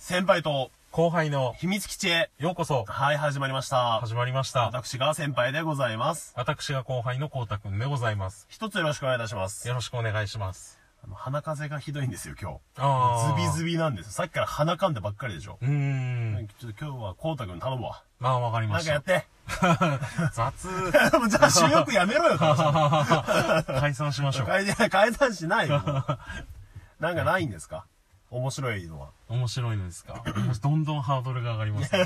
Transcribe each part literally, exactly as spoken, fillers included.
先輩と後輩の秘密基地へようこそ。 はい、始まりました。 始まりました。 私が先輩でございます。 私が後輩のこうたくんでございます。 一つよろしくお願いいたします。 よろしくお願いします。 あの、鼻風がひどいんですよ、今日。 あズビズビなんですよ。さっきから鼻かんでばっかりでしょ。 うーん。 ちょっと今日はこうたくん頼むわ。 まあ、わかりました。 なんかやって。 雑。 もうじゃあ収録やめろよ、 解散しましょう。 解散しないよ。なんかないんですか？面白いのは。 面白いのですか？どんどんハードルが上がりますね。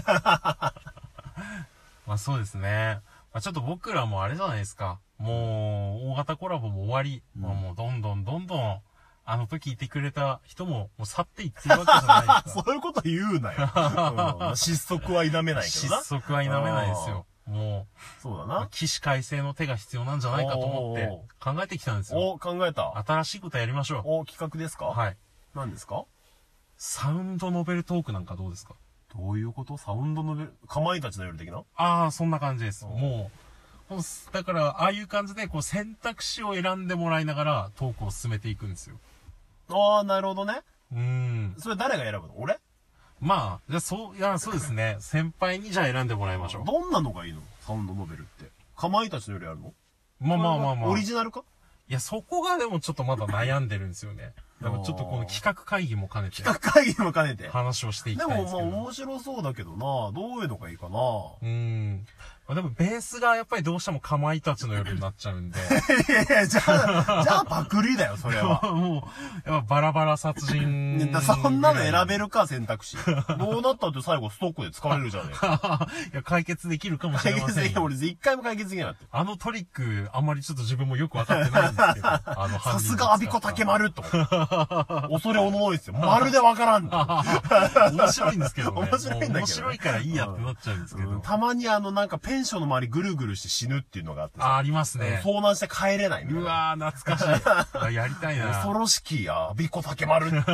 まあそうですね。まあ、ちょっと僕らもあれじゃないですか。もう、大型コラボも終わり。うん、まあもうどんどんどんどん、あの時いてくれた人も、もう去っていってるわけじゃないですか。 そういうこと言うなよ。うん、失速は否めないけどな。 失速は否めないですよ。もう、そうだな。 まあ、起死回生の手が必要なんじゃないかと思って考えてきたんですよ。 お、考えた。 新しいことやりましょう。 お、企画ですか？ はい。 何ですか？ サウンドノベルトークなんかどうですか？ どういうこと？サウンドノベル、かまいたちの夜的な？ ああ、そんな感じです。もう、もうだから、ああいう感じで、こう選択肢を選んでもらいながらトークを進めていくんですよ。 ああ、なるほどね。 うーん。 それ誰が選ぶの？俺？ まあ、じゃあそう、いや、そうですね。先輩にじゃあ選んでもらいましょう。 どんなのがいいの？サウンドノベルって。かまいたちの夜やるの？ まあまあまあまあ。 オリジナルか？ いや、そこがでもちょっとまだ悩んでるんですよね。だからちょっとこの企画会議も兼ねて。 企画会議も兼ねて。 話をしていきたいんですけど。 でもまあ面白そうだけどな。どういうのがいいかな。 うーん。まあ、でもベースがやっぱりどうしてもかまいたちの夜になっちゃうんで。 いやいや、じゃあ、じゃあパクリだよ、それは。 もう、やっぱバラバラ殺人。 そんなの選べるか、選択肢。どうなったって最後ストックで使われるじゃねえか。 いや、解決できるかもしれません。解決できない。 俺一回も解決できなかった。 あのトリック、あんまりちょっと自分もよくわかってないんですけど。あの、 さすがアビコタケマルと。恐れおののいですよ。まるでわからん。 面白いんですけどね。 面白いんだけど。 面白いからいいやってなっちゃうんですけど。 たまにあの、なんかペンションの周りぐるぐるして死ぬっていうのがあって。 あ、ありますね。 遭難して帰れないみたいな。 うわー、懐かしい。やりたいな。 恐ろしきアビコタケマル。いや、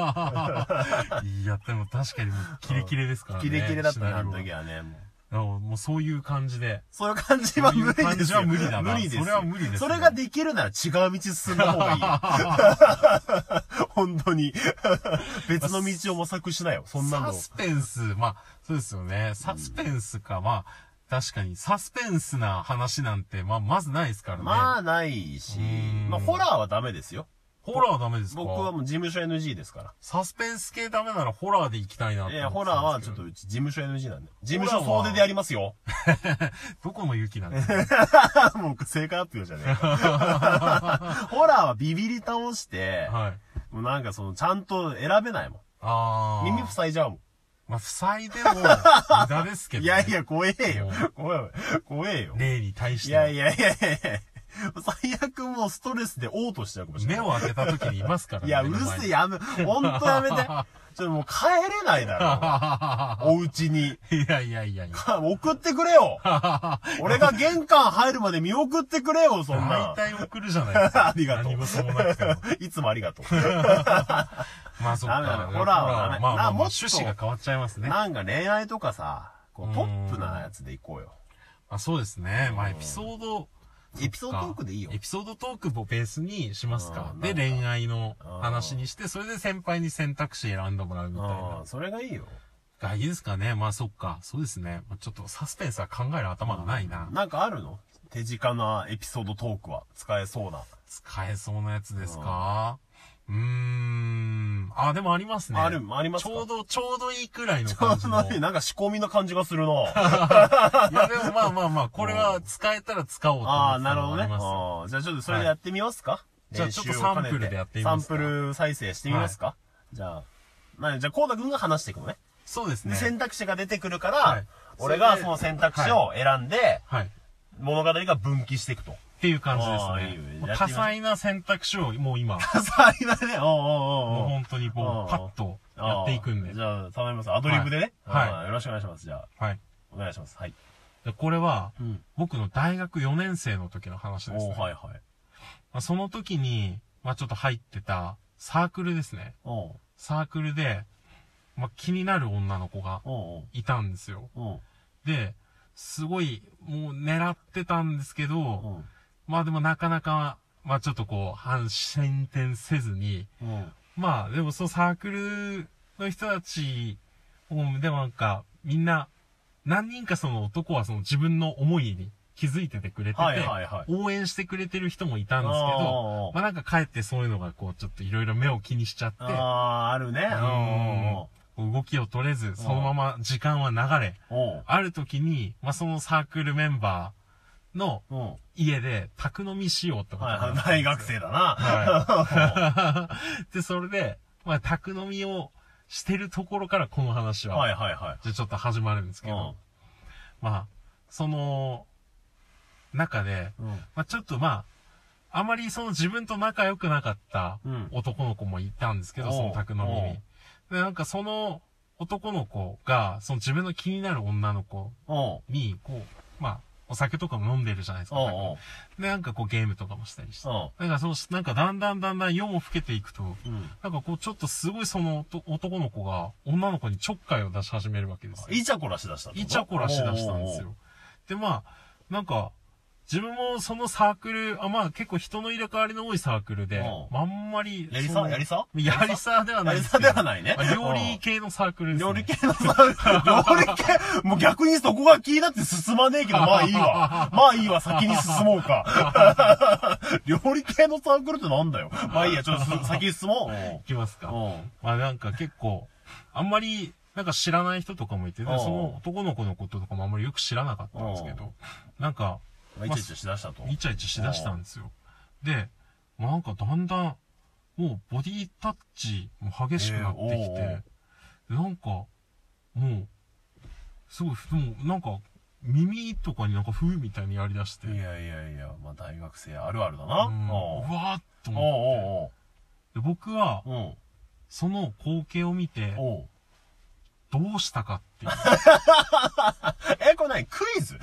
でも確かにキレキレですからね。 キレキレだったね、あの時はね。 もうそういう感じで。 そういう感じは無理ですよ。 感じは無理だな。 無理です。 それは無理です。 それができるなら違う道進んだ方がいい。本当に。別の道を模索しなよ、そんなの。 サスペンス、まあ、そうですよね。サスペンスか、まあ、確かにサスペンスな話なんて、まあ、まずないですからね。 まあ、ないし、まあ、ホラーはダメですよ。 ホラーはダメですか？ 僕はもう事務所 エヌジー ですから。 サスペンス系ダメならホラーで行きたいなって。 いや、ホラーはちょっとうち事務所 エヌジー なんで。事務所総出でやりますよ。 どこの雪なんですか？ もう正解発表じゃねえか。ホラーはビビり倒して、はい、もうなんかその、ちゃんと選べないもん。ああ。耳塞いじゃうもん。 まあ、塞いでも、無駄ですけど、ね。 いやいや、怖えよ。怖え、怖えよ。 例に対して。 いやいやいやいや最悪もうストレスで嘔吐しちゃうかもしれない。 目を開けた時にいますからね。 いや、うるせえ、やめ、ほんとやめて。ちょっともう帰れないだろ。お家に。 いやいやいやいや。 送ってくれよ。俺が玄関入るまで見送ってくれよ、そんな。 大体送るじゃないですか。 ありがとう。 何もそうもなくても。 いつもありがとう。 まあそうか。 ダメだね。ホラーはダメ。 まあまあ、趣旨が変わっちゃいますね。 なんか恋愛とかさ、こうトップなやつでいこうよ。 あ、そうですね。まあエピソード、 エピソードトークでいいよ。 エピソードトークをベースにしますか。で、恋愛の話にして、それで先輩に選択肢選んでもらうみたいな。 それがいいよ。 がいいですかね。まあそっか。そうですね。ちょっとサスペンスは考える頭がないな。 なんかあるの？手近なエピソードトークは使えそうな。 使えそうなやつですか？うーん。あ、でもありますね。 ある、ありますか？ ちょうど、ちょうどいいくらいの感じの。 ちょうどいい。なんか仕込みの感じがするな。 いや、でもまあまあまあ、これは使えたら使おうと思って。 ああ、なるほどね。あじゃあちょっとそれやってみますか？はい、 じゃあちょっとサンプルでやってみますか？ サンプル再生してみますか？はい、じゃあ、なじゃあ、コウタ君が話していくのね。 そうですね。 選択肢が出てくるから、はい、俺がその選択肢を選んで、はい、物語が分岐していくと。 っていう感じですね。多彩な選択肢をもう今。 多彩なね。おうおうおうもう本当にもうパッとやっていくんで。 じゃあ、頼みます。アドリブでね。 はい。 よろしくお願いします。じゃあ。はい。お願いします。はい。 これは、僕の大学よねん生の時の話ですね。 はいはい。 その時に、まあちょっと入ってたサークルですね。サークルで、まあ気になる女の子がいたんですよ。で、すごい、もう狙ってたんですけど、まあでもなかなか、まあちょっとこう、反進展せずに、うん、まあでもそのサークルの人たち、でもなんか、みんな、何人かその男はその自分の思いに気づいててくれてて、はいはいはい、応援してくれてる人もいたんですけど、まあなんか帰ってそういうのがこうちょっといろいろ目を気にしちゃって、 ああ、あるね。 うん、動きを取れず、そのまま時間は流れ、ある時に、まあそのサークルメンバーの家で宅飲みしようってことが、はいはい、大学生だな。 はい、で、それで、まあ宅飲みをしてるところからこの話は、 はいはいはい。 じゃちょっと始まるんですけど、うん、まあ、その、中で、うん、まあちょっとまあ、あまりその自分と仲良くなかった男の子もいたんですけど、うん、その宅飲みに。で、なんかその男の子が、その自分の気になる女の子に、こう、まあ、お酒とかも飲んでるじゃないですか。で、なんかこうゲームとかもしたりして。なんかそう、なんかだんだんだんだん夜も更けていくと、うん、なんかこうちょっとすごいその男の子が女の子にちょっかいを出し始めるわけですよ。 イチャコラしだしたイチャコラしだしたんですよ。で、まあ、なんか、自分もそのサークル、あ、まあ結構人の入れ替わりの多いサークルで、あんまり。 やりさやりさやりさではないですけど。やりさではないね。 料理系のサークルですね。 料理系のサークル。料理系、もう逆にそこが気になって進まねえけど、まあいいわ。まあいいわ、先に進もうか。料理系のサークルってなんだよ。まあいいや、ちょっと先に進もう。 いきますか。まあなんか結構、あんまり、なんか知らない人とかもいて、その男の子のこととかもあんまりよく知らなかったんですけど、なんか、 イチャイチャしだしたと。 イチャイチャしだしたんですよ。で、なんかだんだん、もうボディタッチも激しくなってきて、えー、なんか、もう、すごい、もうなんか、耳とかになんか風みたいにやりだして。 いやいやいや、まあ大学生あるあるだな。うん、 うわーっと思って。で僕は、その光景を見て、どうしたかっていう。 え、これ何クイズ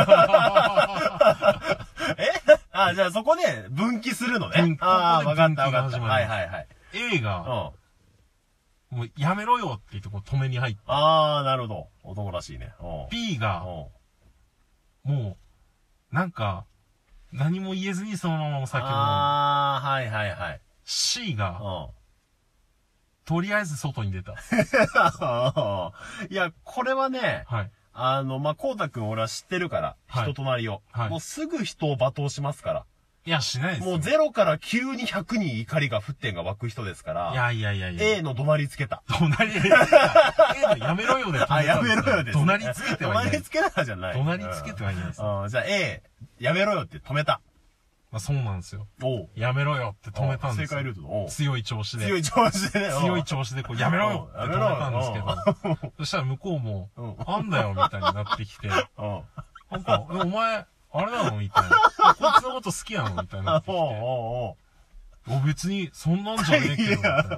えあ、じゃあそこで分岐するのね。ああ、わかったわかった。はいはいはい。 A が、うん、もうやめろよって言ってこう止めに入って。 ああ、なるほど。男らしいね。 B が、もう、なんか、何も言えずにそのままお酒を飲む。 ああ、はいはいはい。 C が、とりあえず外に出た。 いや、これはね、 はい、 あの、まあ、こうたくん俺は知ってるから、はい、人となりを、はい。もうすぐ人を罵倒しますから。 いや、しないですよ。 もうゼロから急にひゃくに怒りが沸点が湧く人ですから。 いやいやいやいや。 A の怒鳴りつけた。 怒鳴りつけた。A のやめろよで止めた。 あ、やめろよで。 怒鳴りつけてはいない。 怒鳴りつけなじゃない。 怒鳴りつけてはいないです。 うん、じゃあ A、やめろよって止めた。 まあそうなんですよ。やめろよって止めたんですよ。 正解ルートの強い調子で。 強い調子でね。 強い調子でこう、やめろよって止めたんですけど、そしたら向こうも、なんだよみたいになってきて、なんか、お前、あれなのみたいな。こいつのこと好きなのみたいになってきて、お別にそんなんじゃねえけど、みたいな。なって、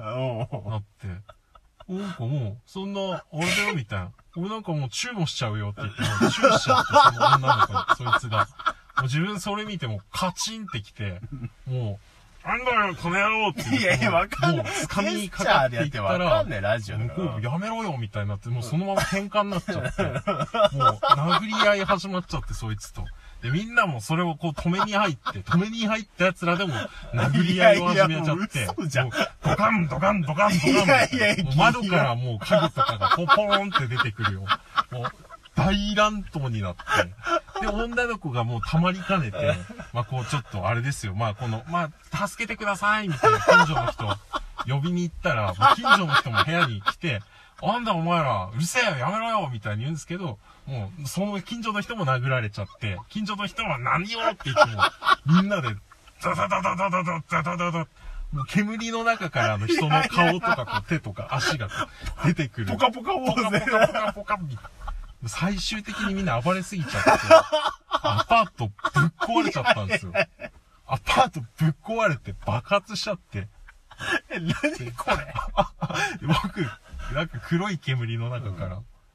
なんかもう、そんな、あれだよみたいな。俺なんかもうチューもしちゃうよって言って、チューしちゃって、その女の子に、そいつが。もう自分それ見てもカチンってきて、もう、なんだよ、この野郎って言って。 いやいや、わかんない。 もう、 掴みにかかっていったら、 わかんない、ラジオ向こうやめろよ、みたいになって、もうそのまま喧嘩になっちゃって、もう、殴り合い始まっちゃって、そいつと。で、みんなもそれをこう止めに入って、止めに入った奴らでも、殴り合いを始めちゃって、もう、ドカン、ドカン、ドカン、ドカン。いやいやいや窓からもう影とかがポポーンって出てくるよ。もう、大乱闘になって。で、女の子がもう溜まりかねて、まあこうちょっとあれですよ。まあこの、まあ、助けてくださいみたいな近所の人呼びに行ったら、もう近所の人も部屋に来て、あんだお前ら、うるせえよやめろよみたいに言うんですけど、もう、その近所の人も殴られちゃって、近所の人は何をって言っても、みんなで、ダダダダダダダダダダダもう煙の中からの人の顔とかこう手とか足が出てくる。 ポカポカウォーズ。 ポカポカポカみたいな。最終的にみんな暴れすぎちゃって、アパートぶっ壊れちゃったんですよ。アパートぶっ壊れて爆発しちゃって。 え、何これ僕、なんか黒い煙の中から、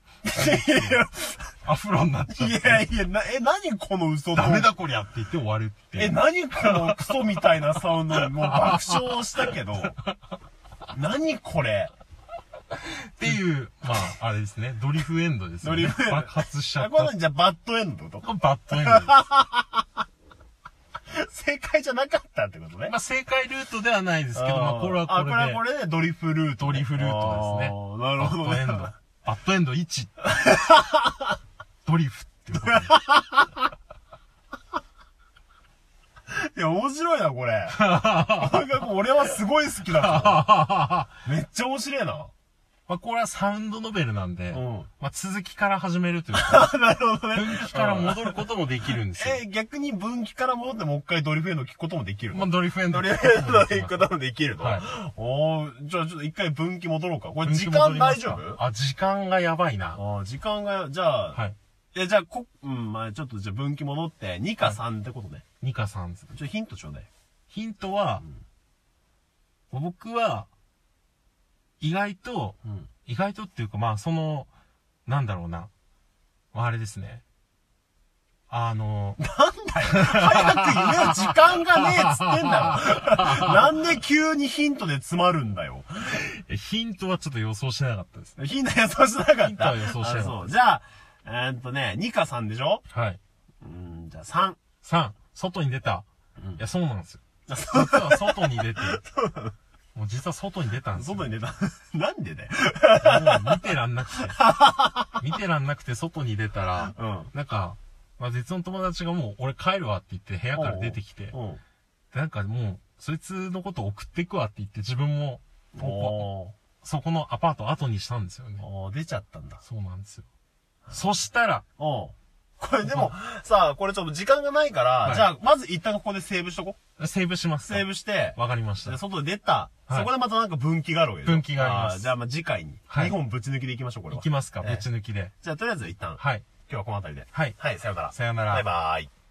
アフロになっちゃって。 いやいや、な、え、何この嘘ダメだこりゃって言って終わるって。 え、何このクソみたいなサウンドにもう爆笑したけど、何これっていう、まあ、あれですね。ドリフエンドですね。ドリフエンド。爆発しちゃった。 これじゃあバッドエンドってこと？ バッドエンドです。正解じゃなかったってことね。 まあ正解ルートではないですけど、まあこれはこれで。 あ、これはこれでドリフルート。 ドリフルートですね。 あ、なるほどね。 バッドエンド。バッドエンドいち。ドリフっていうことで。 いや、面白いな、これ。俺はすごい好きだから。めっちゃ面白いな。 まあ、これはサウンドノベルなんで、 うん、 まあ、続きから始めるというか、 なるほどね。 分岐から戻ることもできるんですよ。 え、逆に分岐から戻ってもう一回ドリフエンド聞くこともできるの？ まあ、ドリフエンド。 ドリフエンド行くこともできるの？ はい。 おー、じゃあちょっと一回分岐戻ろうか。これ時間大丈夫？ あ、時間がやばいな。 あ時間が、じゃあ、はい。え、じゃあ、こ、うん、まあちょっとじゃあ分岐戻って、にかさんってことね。 にかさんです。 ちょっとヒントちょうだい。 ヒントは、うん、僕は、意外と、うん、意外とっていうか、まあ、その、なんだろうな。あれですね。あの、 なんだよ。早く言えよ。時間がねえっつってんだろ。なんで急にヒントで詰まるんだよ。 ヒントはちょっと予想してなかったです。 ヒント予想してなかった。 ヒントは予想してなかった。 そう。じゃあ、えー、っとね、にかさんでしょ？ はい。 うん、じゃあさん。 さん。外に出た。うん、いや、そうなんですよ。実は外に出て。もう実は外に出たんですよ。 外に出たなんでだよ。 もう見てらんなくて。見てらんなくて外に出たら、うん、なんか、まあ、別の友達がもう俺帰るわって言って部屋から出てきて、おうおうでなんかもう、そいつのこと送っていくわって言って自分も、そこのアパート後にしたんですよね。 ああ、出ちゃったんだ。 そうなんですよ。そしたら、 おうこれでも、さあ、これちょっと時間がないから、はい、じゃあ、まず一旦ここでセーブしとこう。セーブします。 セーブして、 わかりました。 で、外で出た。はい、そこでまたなんか分岐があるわけです分岐があります。 じゃあ、まあ次回に。はい。にほんぶち抜きでいきましょう、これは。 いきますか、えー、ぶち抜きで。 じゃあ、とりあえず一旦。 はい。 今日はこの辺りで。 はい。 はい、さよなら。 さよなら。 バイバーイ。